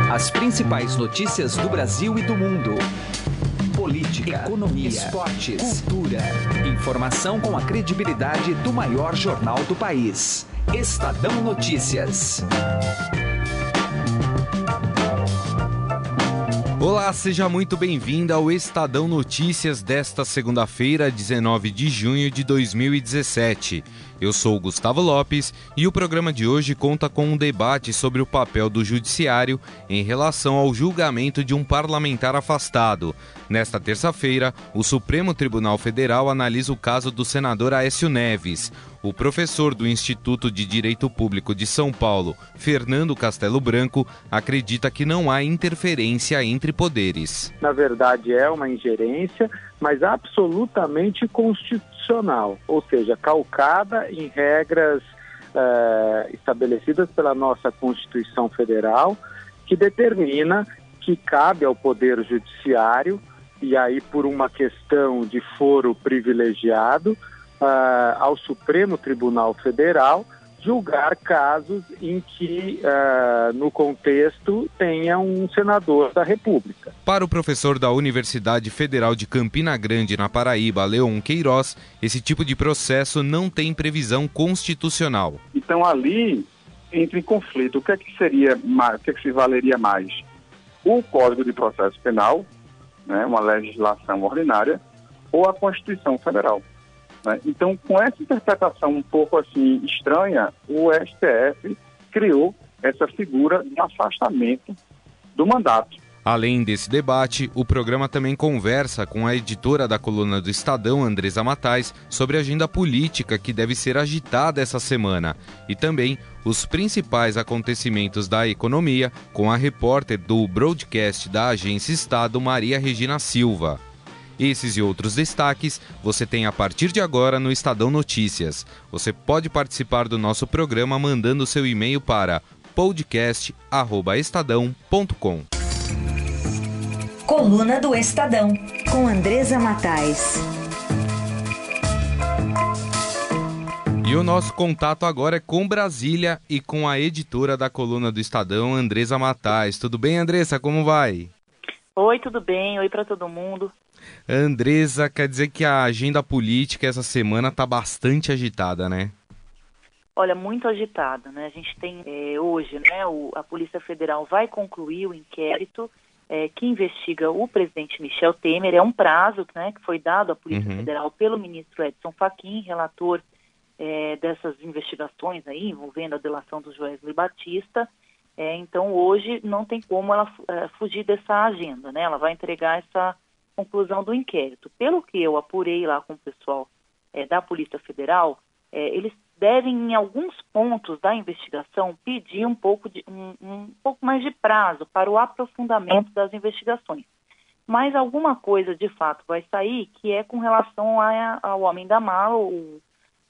As principais notícias do Brasil e do mundo. Política, economia, esportes, cultura. Informação com a credibilidade do maior jornal do país. Estadão Notícias. Olá, seja muito bem-vindo ao Estadão Notícias desta segunda-feira, 19 de junho de 2017. Eu sou o Gustavo Lopes e o programa de hoje conta com um debate sobre o papel do judiciário em relação ao julgamento de um parlamentar afastado. Nesta terça-feira, o Supremo Tribunal Federal analisa o caso do senador Aécio Neves. O professor do Instituto de Direito Público de São Paulo, Fernando Castelo Branco, acredita que não há interferência entre poderes. Na verdade, é uma ingerência, mas absolutamente constitucional, ou seja, calcada em regras estabelecidas pela nossa Constituição Federal, que determina que cabe ao Poder Judiciário, e aí por uma questão de foro privilegiado, ao Supremo Tribunal Federal, julgar casos em que, no contexto, tenha um senador da República. Para o professor da Universidade Federal de Campina Grande, na Paraíba, Leon Queiroz, esse tipo de processo não tem previsão constitucional. Então, ali entra em conflito. O que é que seria mais, o que é que se valeria mais? O Código de Processo Penal, né, uma legislação ordinária, ou a Constituição Federal. Então, com essa interpretação um pouco assim estranha, o STF criou essa figura de afastamento do mandato. Além desse debate, o programa também conversa com a editora da coluna do Estadão, Andresa Matais, sobre a agenda política que deve ser agitada essa semana e também os principais acontecimentos da economia com a repórter do broadcast da Agência Estado, Maria Regina Silva. Esses e outros destaques você tem a partir de agora no Estadão Notícias. Você pode participar do nosso programa mandando seu e-mail para podcast@estadão.com. Coluna do Estadão, com Andresa Matais. E o nosso contato agora é com Brasília e com a editora da coluna do Estadão, Andresa Matais. Tudo bem, Andressa? Como vai? Oi, tudo bem? Oi para todo mundo. Andresa, quer dizer que a agenda política essa semana está bastante agitada, né? Olha, muito agitada, né? A gente tem hoje, né, a Polícia Federal vai concluir o inquérito que investiga o presidente Michel Temer. É um prazo, né, que foi dado à Polícia Federal pelo ministro Edson Fachin, relator dessas investigações aí, envolvendo a delação do Joesley Batista. Então, hoje não tem como ela fugir dessa agenda, né? Ela vai entregar essa conclusão do inquérito. Pelo que eu apurei lá com o pessoal da Polícia Federal, eles devem, em alguns pontos da investigação, pedir um pouco mais de prazo para o aprofundamento das investigações. Mas alguma coisa, de fato, vai sair, que é com relação ao homem da mala, o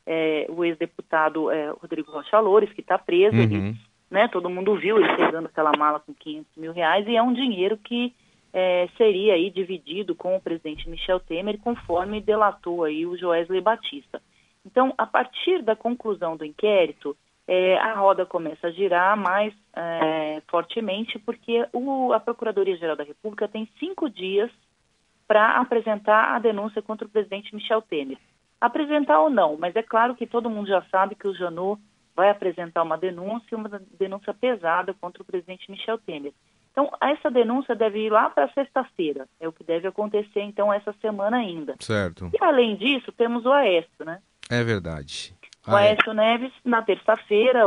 ex-deputado Rodrigo Rocha Loures, que está preso. Ele, né, todo mundo viu ele pegando aquela mala com R$500 mil, e é um dinheiro que seria aí dividido com o presidente Michel Temer, conforme delatou aí o Joesley Batista. Então, a partir da conclusão do inquérito, a roda começa a girar mais fortemente, porque a Procuradoria-Geral da República tem 5 dias para apresentar a denúncia contra o presidente Michel Temer. Apresentar ou não, mas é claro que todo mundo já sabe que o Janot vai apresentar uma denúncia pesada contra o presidente Michel Temer. Então, essa denúncia deve ir lá para sexta-feira. É o que deve acontecer, então, essa semana ainda. Certo. E, além disso, temos o Aécio, né? É verdade. O Aécio Neves, na terça-feira,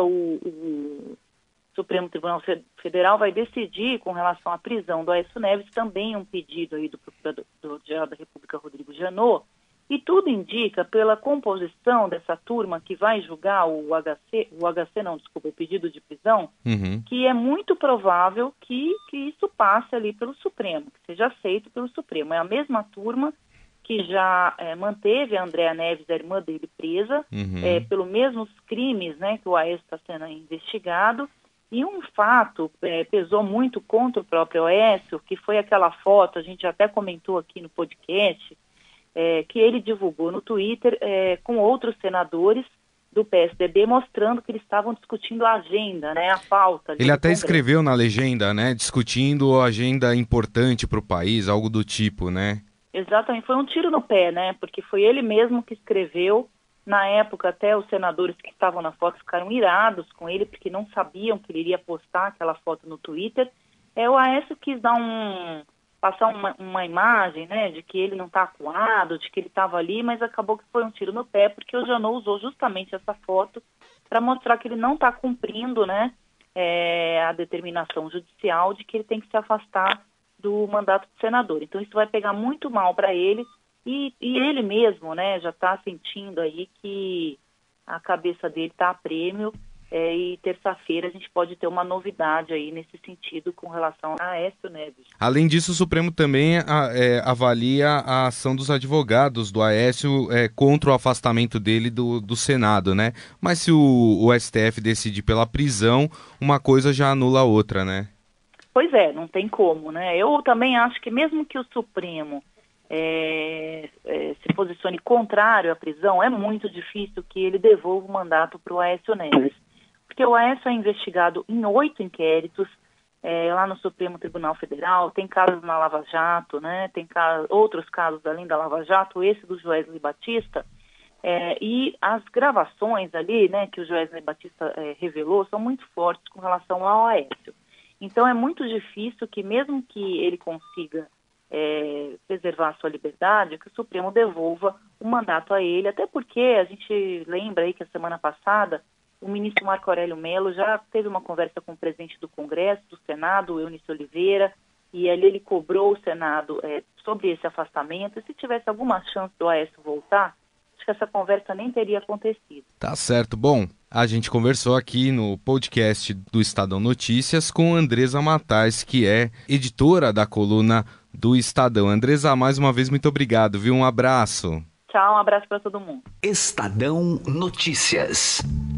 o Supremo Tribunal Federal vai decidir com relação à prisão do Aécio Neves, também um pedido aí do Procurador-Geral da República, Rodrigo Janot. E tudo indica, pela composição dessa turma que vai julgar o pedido de prisão, que é muito provável que isso passe ali pelo Supremo, que seja aceito pelo Supremo. É a mesma turma que já manteve a Andréa Neves, a irmã dele, presa, pelos mesmos crimes, né, que o Aécio está sendo investigado. E um fato pesou muito contra o próprio Aécio, que foi aquela foto, a gente até comentou aqui no podcast, que ele divulgou no Twitter com outros senadores, do PSDB, mostrando que eles estavam discutindo a agenda, né, a pauta. Ele até escreveu na legenda, né, discutindo a agenda importante para o país, algo do tipo, né? Exatamente, foi um tiro no pé, né, porque foi ele mesmo que escreveu. Na época, até os senadores que estavam na foto ficaram irados com ele, porque não sabiam que ele iria postar aquela foto no Twitter. O Aécio quis passar uma imagem, né, de que ele não está acuado, de que ele estava ali, mas acabou que foi um tiro no pé, porque o Janot usou justamente essa foto para mostrar que ele não está cumprindo, né, a determinação judicial de que ele tem que se afastar do mandato de senador. Então isso vai pegar muito mal para ele, e ele mesmo, né, já está sentindo aí que a cabeça dele está a prêmio, e terça-feira a gente pode ter uma novidade aí nesse sentido com relação a Aécio Neves. Além disso, o Supremo também avalia a ação dos advogados do Aécio contra o afastamento dele do Senado, né? Mas se o STF decidir pela prisão, uma coisa já anula a outra, né? Pois é, não tem como, né? Eu também acho que mesmo que o Supremo se posicione contrário à prisão, é muito difícil que ele devolva o mandato para o Aécio Neves. Porque o Aécio é investigado em 8 inquéritos lá no Supremo Tribunal Federal, tem casos na Lava Jato, né? Tem outros casos além da Lava Jato, esse do Joesley Batista, e as gravações ali, né, que o Joesley Batista revelou são muito fortes com relação ao Aécio. Então é muito difícil que, mesmo que ele consiga preservar a sua liberdade, que o Supremo devolva o mandato a ele, até porque a gente lembra aí que a semana passada o ministro Marco Aurélio Mello já teve uma conversa com o presidente do Congresso, do Senado, o Eunice Oliveira, e ali ele cobrou o Senado sobre esse afastamento, e se tivesse alguma chance do Aécio voltar, acho que essa conversa nem teria acontecido. Tá certo. Bom, a gente conversou aqui no podcast do Estadão Notícias com Andresa Matais, que é editora da coluna do Estadão. Andresa, mais uma vez, muito obrigado, viu? Um abraço. Tchau, um abraço para todo mundo. Estadão Notícias.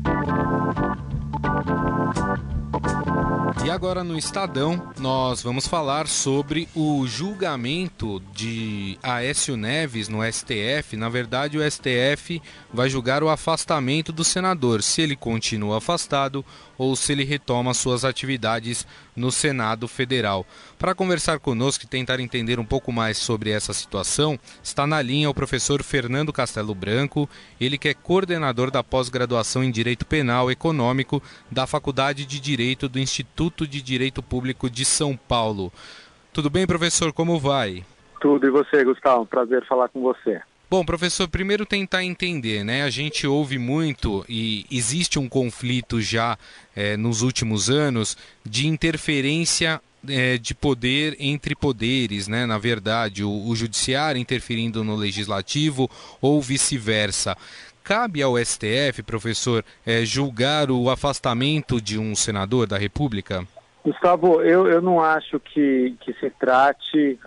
E agora no Estadão nós vamos falar sobre o julgamento de Aécio Neves no STF. Na verdade, o STF vai julgar o afastamento do senador, se ele continua afastado ou se ele retoma suas atividades no Senado Federal. Para conversar conosco e tentar entender um pouco mais sobre essa situação, está na linha o professor Fernando Castelo Branco, ele que é coordenador da pós-graduação em Direito Penal Econômico da Faculdade de Direito do Instituto de Direito Público de São Paulo. Tudo bem, professor? Como vai? Tudo, e você, Gustavo? Prazer falar com você. Bom, professor, primeiro tentar entender, né? A gente ouve muito e existe um conflito já nos últimos anos de interferência de poder entre poderes, né? Na verdade, o judiciário interferindo no legislativo ou vice-versa. Cabe ao STF, professor, julgar o afastamento de um senador da República? Gustavo, eu não acho que se trate,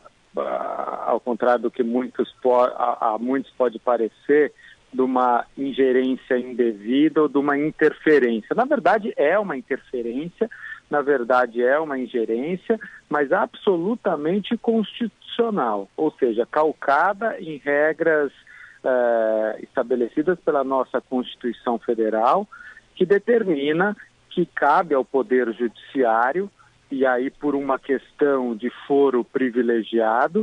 ao contrário do que a muitos pode parecer, de uma ingerência indevida ou de uma interferência. Na verdade, é uma interferência, na verdade, é uma ingerência, mas absolutamente constitucional, ou seja, calcada em regras estabelecidas pela nossa Constituição Federal, que determina que cabe ao Poder Judiciário, e aí por uma questão de foro privilegiado,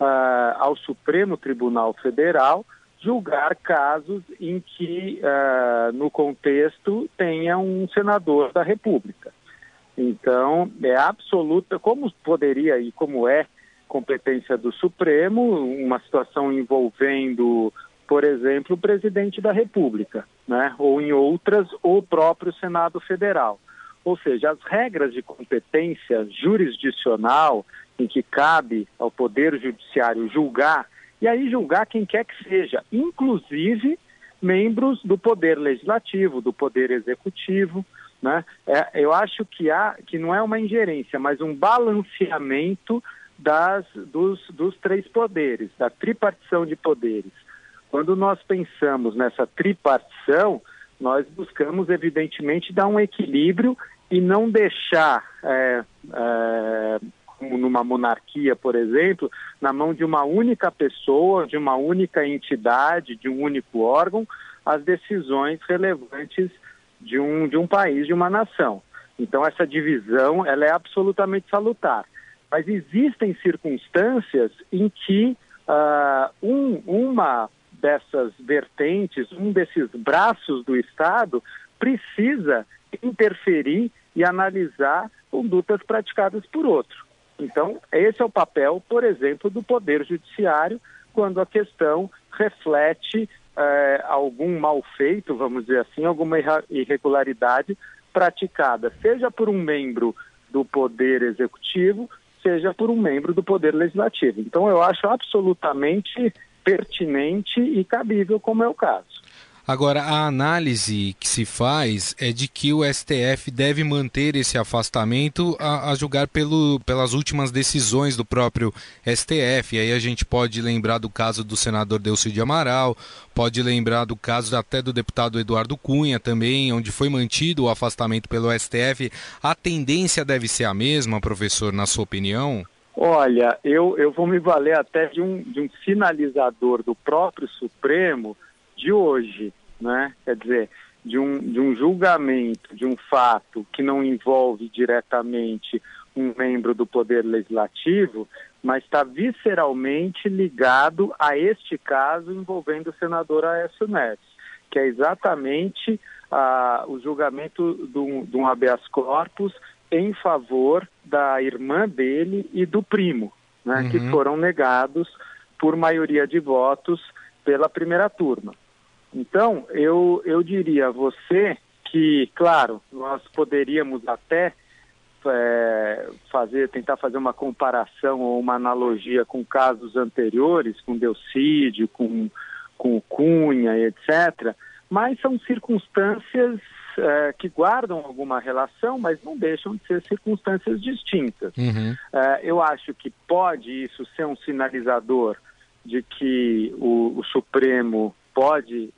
ao Supremo Tribunal Federal, julgar casos em que, no contexto, tenha um senador da República. Então, é absoluta, como poderia e como é competência do Supremo, uma situação envolvendo, por exemplo, o presidente da República, né? Ou em outras, o próprio Senado Federal. Ou seja, as regras de competência jurisdicional em que cabe ao Poder Judiciário julgar, e aí julgar quem quer que seja, inclusive membros do Poder Legislativo, do Poder Executivo, né? Eu acho que não é uma ingerência, mas um balanceamento dos três poderes, da tripartição de poderes. Quando nós pensamos nessa tripartição, nós buscamos, evidentemente, dar um equilíbrio e não deixar, como numa monarquia, por exemplo, na mão de uma única pessoa, de uma única entidade, de um único órgão, as decisões relevantes de um país, de uma nação. Então, essa divisão ela é absolutamente salutar. Mas existem circunstâncias em que uma dessas vertentes, um desses braços do Estado, precisa interferir e analisar condutas praticadas por outro. Então, esse é o papel, por exemplo, do Poder Judiciário, quando a questão reflete algum mal feito, vamos dizer assim, alguma irregularidade praticada, seja por um membro do Poder Executivo, seja por um membro do Poder Legislativo. Então, eu acho absolutamente pertinente e cabível, como é o caso. Agora, a análise que se faz é de que o STF deve manter esse afastamento a julgar pelas últimas decisões do próprio STF. E aí a gente pode lembrar do caso do senador Delcy de Amaral, pode lembrar do caso até do deputado Eduardo Cunha também, onde foi mantido o afastamento pelo STF. A tendência deve ser a mesma, professor, na sua opinião? Olha, eu vou me valer até de um sinalizador do próprio Supremo de hoje, né? Quer dizer, de um julgamento, de um fato que não envolve diretamente um membro do Poder Legislativo, mas está visceralmente ligado a este caso envolvendo o senador Aécio Neves, que é exatamente o julgamento de um habeas corpus em favor da irmã dele e do primo, né? Que foram negados por maioria de votos pela primeira turma. Então, eu diria a você que, claro, nós poderíamos até tentar fazer uma comparação ou uma analogia com casos anteriores, com Delcídio, com o Cunha, etc., mas são circunstâncias que guardam alguma relação, mas não deixam de ser circunstâncias distintas. Eu acho que pode isso ser um sinalizador de que o Supremo pode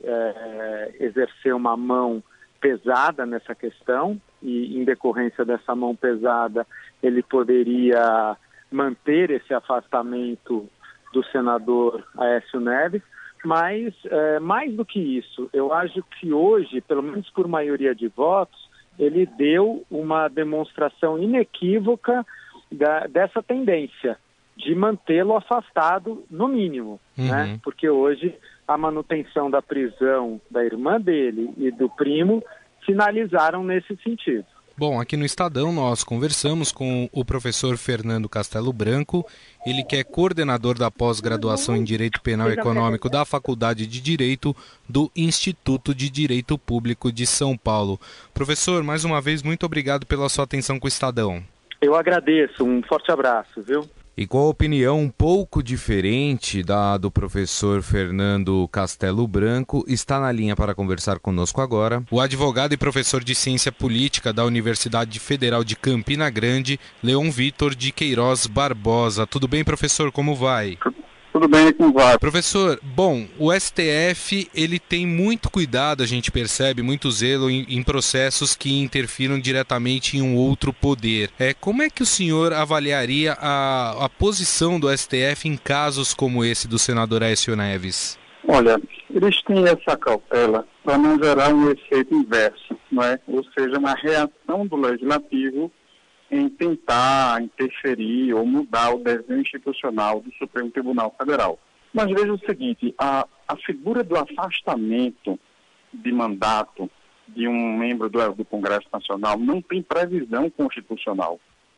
exercer uma mão pesada nessa questão e, em decorrência dessa mão pesada, ele poderia manter esse afastamento do senador Aécio Neves, mas, mais do que isso, eu acho que hoje, pelo menos por maioria de votos, ele deu uma demonstração inequívoca dessa tendência de mantê-lo afastado, no mínimo, né? Porque hoje a manutenção da prisão da irmã dele e do primo sinalizaram nesse sentido. Bom, aqui no Estadão nós conversamos com o professor Fernando Castelo Branco, ele que é coordenador da pós-graduação em Direito Penal e Econômico da Faculdade de Direito do Instituto de Direito Público de São Paulo. Professor, mais uma vez, muito obrigado pela sua atenção com o Estadão. Eu agradeço, um forte abraço, viu? E com a opinião um pouco diferente da do professor Fernando Castelo Branco, está na linha para conversar conosco agora o advogado e professor de Ciência Política da Universidade Federal de Campina Grande, Leon Vitor de Queiroz Barbosa. Tudo bem, professor? Como vai? Tudo bem, como vai? Professor, bom, o STF, ele tem muito cuidado, a gente percebe, muito zelo em processos que interfiram diretamente em um outro poder. Como é que o senhor avaliaria a posição do STF em casos como esse do senador Aécio Neves? Olha, eles têm essa cautela para não gerar um efeito inverso, não é? Ou seja, uma reação do Legislativo em tentar interferir ou mudar o desenho institucional do Supremo Tribunal Federal. Mas veja o seguinte, a figura do afastamento de mandato de um membro do Congresso Nacional não tem previsão constitucional.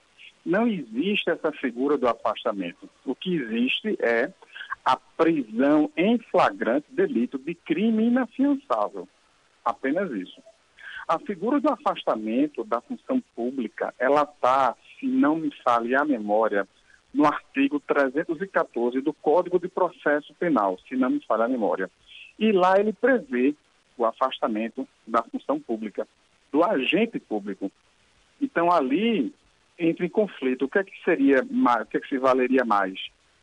Não existe essa figura do afastamento. O que existe é a prisão em flagrante delito de crime inafiançável. Apenas isso. A figura do afastamento da função pública, ela está, se não me falhe a memória, no artigo 314 do Código de Processo Penal, se não me falha a memória. E lá ele prevê o afastamento da função pública, do agente público. Então ali entra em conflito. O que é que seria mais, o que é que se valeria mais?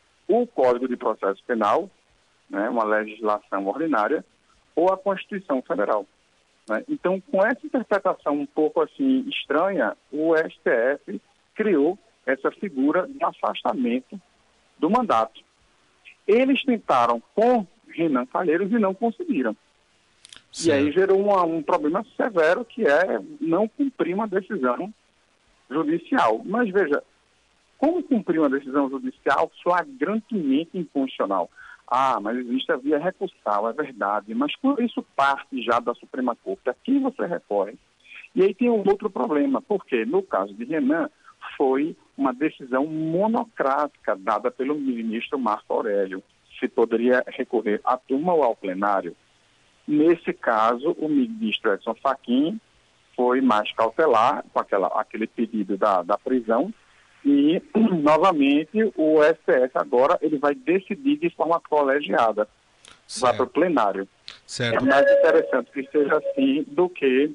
O Código de Processo Penal, né, uma legislação ordinária, ou a Constituição Federal. Então, com essa interpretação um pouco assim estranha, o STF criou essa figura de afastamento do mandato. Eles tentaram com Renan Calheiros e não conseguiram. Certo. E aí gerou um problema severo, que é não cumprir uma decisão judicial. Mas veja, como cumprir uma decisão judicial flagrantemente inconstitucional? Mas existe a via recursal, é verdade, mas quando isso parte já da Suprema Corte, a quem você recorre? E aí tem um outro problema, porque no caso de Renan, foi uma decisão monocrática dada pelo ministro Marco Aurélio, se poderia recorrer à turma ou ao plenário. Nesse caso, o ministro Edson Fachin foi mais cautelar com aquele pedido da prisão e, novamente, o STF agora ele vai decidir de forma colegiada, vai para o plenário. Certo. É mais interessante que seja assim do que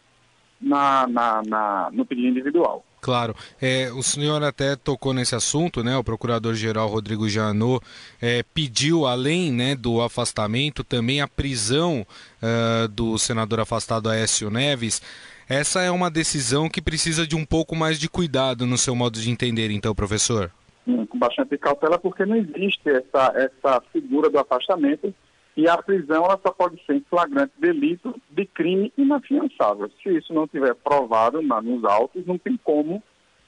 no pedido individual. Claro. O senhor até tocou nesse assunto, né? O procurador-geral Rodrigo Janot pediu, além, né, do afastamento, também a prisão do senador afastado Aécio Neves. Essa é uma decisão que precisa de um pouco mais de cuidado no seu modo de entender, então, professor? Com bastante cautela, porque não existe essa figura do afastamento e a prisão ela só pode ser em flagrante delito de crime inafiançável. Se isso não tiver provado nos autos, não tem como,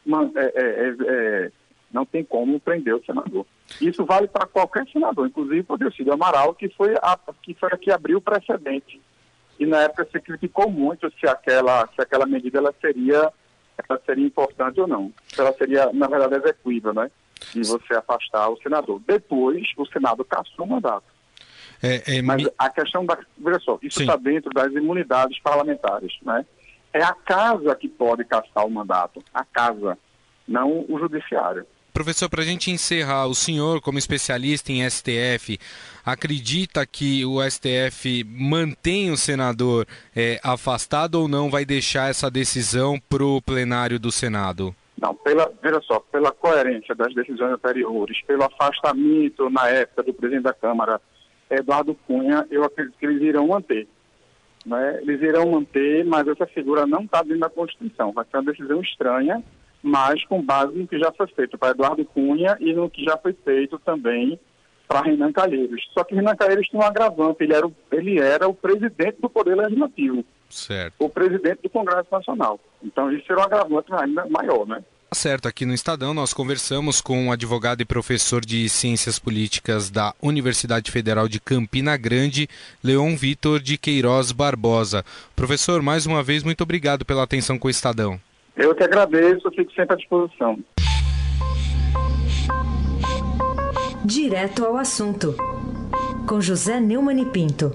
não tem como prender o senador. Isso vale para qualquer senador, inclusive para o Deocídio Amaral, que foi a que abriu o precedente. E na época se criticou muito se aquela medida ela seria importante ou não. Se ela seria, na verdade, execuível, né? De você afastar o senador. Depois, o Senado cassou o mandato. Mas a questão veja só, isso está dentro das imunidades parlamentares, né? É a casa que pode cassar o mandato, a casa, não o judiciário. Professor, para a gente encerrar, o senhor, como especialista em STF, acredita que o STF mantém o senador afastado ou não vai deixar essa decisão para o plenário do Senado? Não, veja só, pela coerência das decisões anteriores, pelo afastamento na época do presidente da Câmara, Eduardo Cunha, eu acredito que eles irão manter. Né? Eles irão manter, mas essa figura não está dentro da Constituição. Vai ser uma decisão estranha, mas com base no que já foi feito para Eduardo Cunha e no que já foi feito também para Renan Calheiros. Só que Renan Calheiros tinha um agravante, ele era o presidente do Poder Legislativo, certo. O presidente do Congresso Nacional. Então isso era um agravante ainda maior, né? Certo, aqui no Estadão nós conversamos com o advogado e professor de Ciências Políticas da Universidade Federal de Campina Grande, Leon Vitor de Queiroz Barbosa. Professor, mais uma vez, muito obrigado pela atenção com o Estadão. Eu que agradeço, fico sempre à disposição. Direto ao assunto, com José Neumann e Pinto.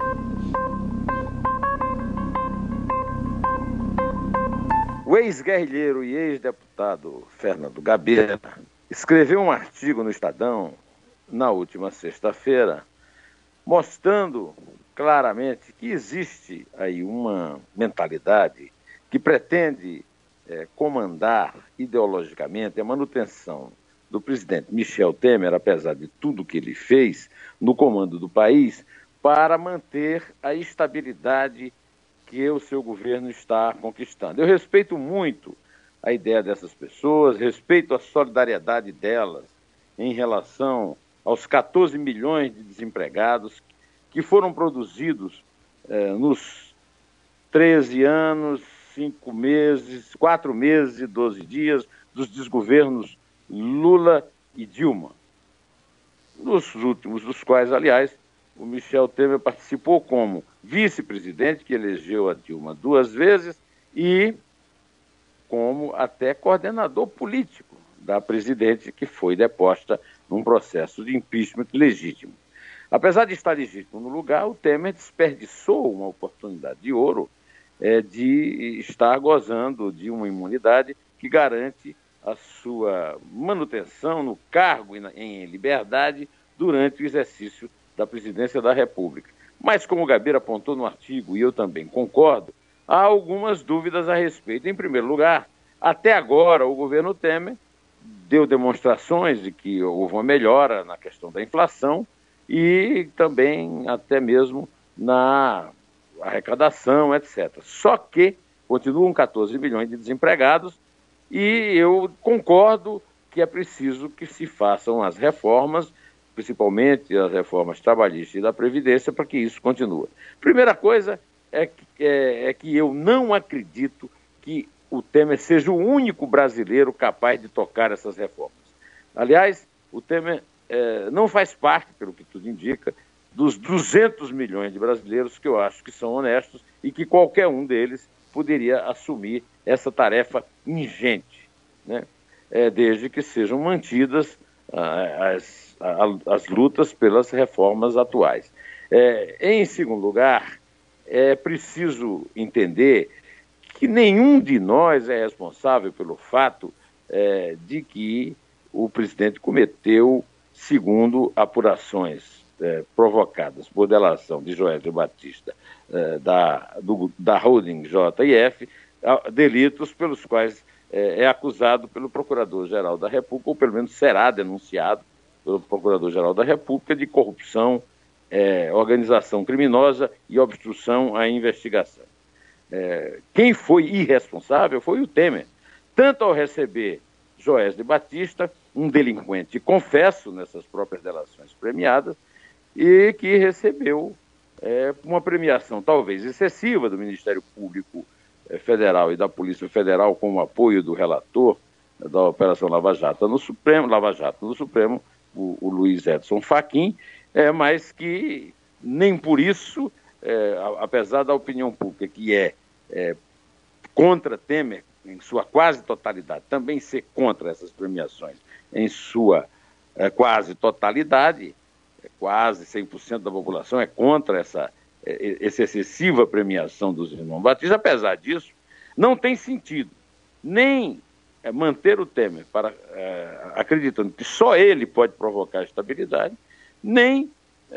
O ex-guerrilheiro e ex-deputado Fernando Gabeira escreveu um artigo no Estadão na última sexta-feira, mostrando claramente que existe aí uma mentalidade que pretende comandar ideologicamente a manutenção do presidente Michel Temer, apesar de tudo que ele fez no comando do país, para manter a estabilidade que o seu governo está conquistando. Eu respeito muito a ideia dessas pessoas, respeito a solidariedade delas em relação aos 14 milhões de desempregados que foram produzidos nos 13 anos, 5 meses, 4 meses e 12 dias dos desgovernos Lula e Dilma, nos últimos dos quais, aliás, o Michel Temer participou como vice-presidente, que elegeu a Dilma 2 vezes, e como até coordenador político da presidente, que foi deposta num processo de impeachment legítimo. Apesar de estar legítimo no lugar, o Temer desperdiçou uma oportunidade de ouro de estar gozando de uma imunidade que garante a sua manutenção no cargo em liberdade durante o exercício da presidência da República. Mas, como o Gabeira apontou no artigo, e eu também concordo, há algumas dúvidas a respeito. Em primeiro lugar, até agora o governo Temer deu demonstrações de que houve uma melhora na questão da inflação e também até mesmo na arrecadação, etc. Só que continuam 14 milhões de desempregados e eu concordo que é preciso que se façam as reformas, principalmente as reformas trabalhistas e da Previdência, para que isso continue. Primeira coisa é que eu não acredito que o Temer seja o único brasileiro capaz de tocar essas reformas. Aliás, o Temer não faz parte, pelo que tudo indica, dos 200 milhões de brasileiros que eu acho que são honestos e que qualquer um deles poderia assumir essa tarefa ingente, né? Desde que sejam mantidas as lutas pelas reformas atuais. Em segundo lugar, é preciso entender que nenhum de nós é responsável pelo fato de que o presidente cometeu, segundo apurações provocadas por delação de Joesley Batista da holding JF, delitos pelos quais é acusado pelo Procurador-Geral da República, ou pelo menos será denunciado pelo Procurador-Geral da República, de corrupção, organização criminosa e obstrução à investigação. Quem foi irresponsável foi o Temer, tanto ao receber Joesley Batista, um delinquente, confesso, nessas próprias delações premiadas, e que recebeu uma premiação talvez excessiva do Ministério Público Federal e da Polícia Federal, com o apoio do relator da Operação Lava Jato no Supremo, o Luiz Edson Fachin, mas que nem por isso, apesar da opinião pública que é contra Temer, em sua quase totalidade, também ser contra essas premiações em sua quase totalidade, quase 100% da população é contra essa excessiva premiação dos irmãos Batista. Apesar disso, não tem sentido nem manter o Temer acreditando que só ele pode provocar estabilidade, nem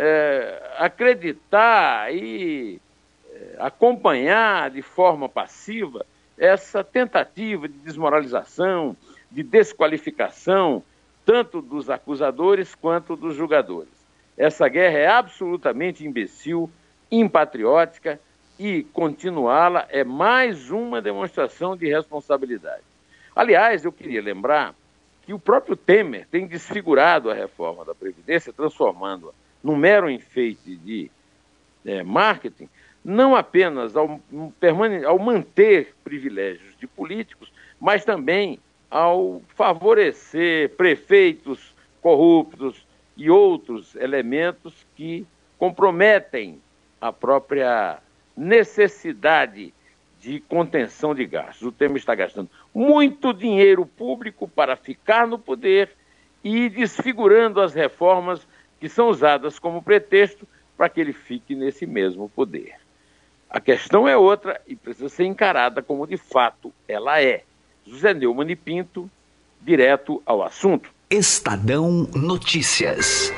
acreditar e acompanhar de forma passiva essa tentativa de desmoralização, de desqualificação, tanto dos acusadores quanto dos julgadores. Essa guerra é absolutamente imbecil, impatriótica, e continuá-la é mais uma demonstração de responsabilidade. Aliás, eu queria lembrar que o próprio Temer tem desfigurado a reforma da Previdência, transformando-a num mero enfeite de marketing, não apenas ao manter privilégios de políticos, mas também ao favorecer prefeitos corruptos e outros elementos que comprometem a própria necessidade de contenção de gastos. O Temer está gastando muito dinheiro público para ficar no poder e desfigurando as reformas que são usadas como pretexto para que ele fique nesse mesmo poder. A questão é outra e precisa ser encarada como de fato ela é. José Neumann e Pinto, direto ao assunto. Estadão Notícias.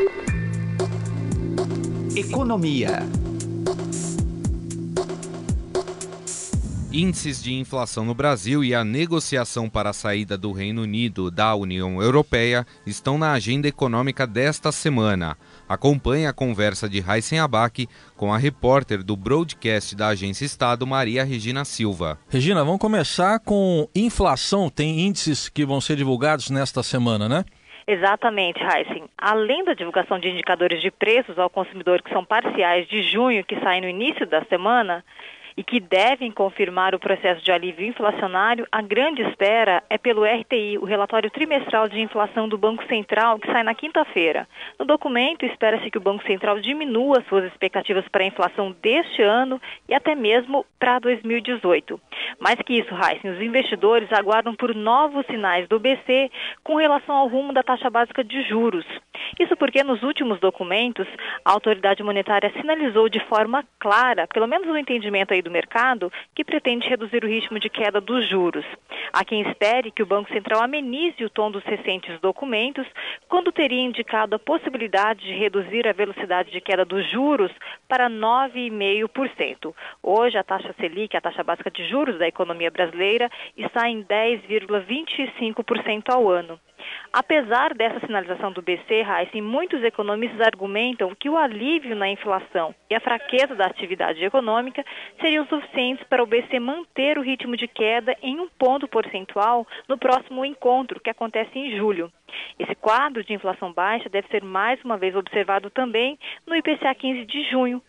Economia. Índices de inflação no Brasil e a negociação para a saída do Reino Unido da União Europeia estão na agenda econômica desta semana. Acompanhe a conversa de Raíssen Abac com a repórter do broadcast da Agência Estado, Maria Regina Silva. Regina, vamos começar com inflação. Tem índices que vão ser divulgados nesta semana, né? Exatamente, Raíssen. Além da divulgação de indicadores de preços ao consumidor que são parciais de junho, que saem no início da semana, e que devem confirmar o processo de alívio inflacionário, a grande espera é pelo RTI, o relatório trimestral de inflação do Banco Central, que sai na quinta-feira. No documento, espera-se que o Banco Central diminua suas expectativas para a inflação deste ano e até mesmo para 2018. Mais que isso, Raíssen, os investidores aguardam por novos sinais do BC com relação ao rumo da taxa básica de juros. Isso porque nos últimos documentos, a autoridade monetária sinalizou de forma clara, pelo menos no entendimento aí do mercado, que pretende reduzir o ritmo de queda dos juros. Há quem espere que o Banco Central amenize o tom dos recentes documentos, quando teria indicado a possibilidade de reduzir a velocidade de queda dos juros para 9,5%. Hoje, a taxa Selic, a taxa básica de juros da economia brasileira, está em 10,25% ao ano. Apesar dessa sinalização do BC, Raíssen, muitos economistas argumentam que o alívio na inflação e a fraqueza da atividade econômica seriam suficientes para o BC manter o ritmo de queda em 1 ponto percentual no próximo encontro, que acontece em julho. Esse quadro de inflação baixa deve ser mais uma vez observado também no IPCA 15 de junho,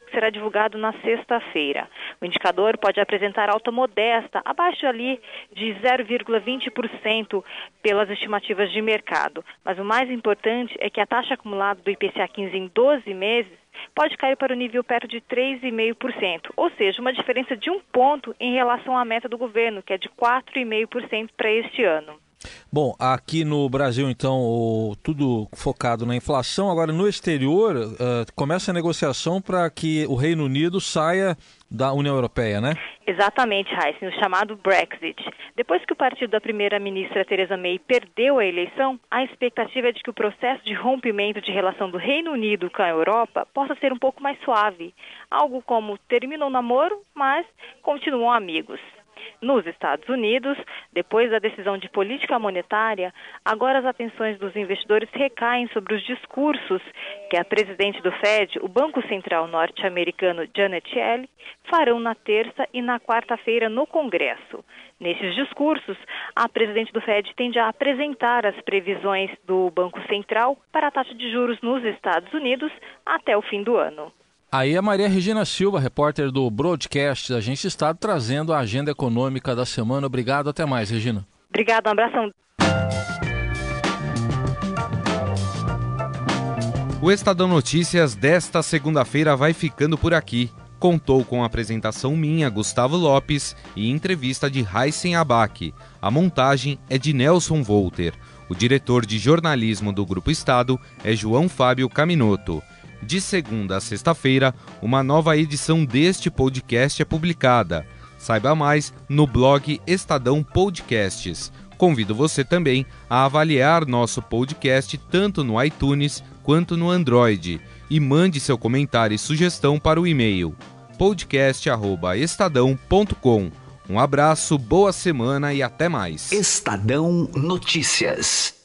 que será divulgado na sexta-feira. O indicador pode apresentar alta modesta, abaixo ali de 0,20% pelas estimativas de mercado. Mas o mais importante é que a taxa acumulada do IPCA 15 em 12 meses pode cair para o nível perto de 3,5%, ou seja, uma diferença de 1 ponto em relação à meta do governo, que é de 4,5% para este ano. Bom, aqui no Brasil, então, tudo focado na inflação. Agora, no exterior, começa a negociação para que o Reino Unido saia da União Europeia, né? Exatamente, Heisen, o chamado Brexit. Depois que o partido da primeira-ministra Theresa May perdeu a eleição, a expectativa é de que o processo de rompimento de relação do Reino Unido com a Europa possa ser um pouco mais suave. Algo como terminam o namoro, mas continuam amigos. Nos Estados Unidos, depois da decisão de política monetária, agora as atenções dos investidores recaem sobre os discursos que a presidente do Fed, o Banco Central norte-americano Janet Yellen, farão na terça e na quarta-feira no Congresso. Nesses discursos, a presidente do Fed tende a apresentar as previsões do Banco Central para a taxa de juros nos Estados Unidos até o fim do ano. Aí a Maria Regina Silva, repórter do Broadcast da Agência Estado, trazendo a agenda econômica da semana. Obrigado, até mais, Regina. Obrigado, um abração. O Estadão Notícias desta segunda-feira vai ficando por aqui. Contou com a apresentação minha, Gustavo Lopes, e entrevista de Heisen Abac. A montagem é de Nelson Volter. O diretor de jornalismo do Grupo Estado é João Fábio Caminoto. De segunda a sexta-feira, uma nova edição deste podcast é publicada. Saiba mais no blog Estadão Podcasts. Convido você também a avaliar nosso podcast tanto no iTunes quanto no Android. E mande seu comentário e sugestão para o e-mail podcast@estadão.com. Um abraço, boa semana e até mais. Estadão Notícias.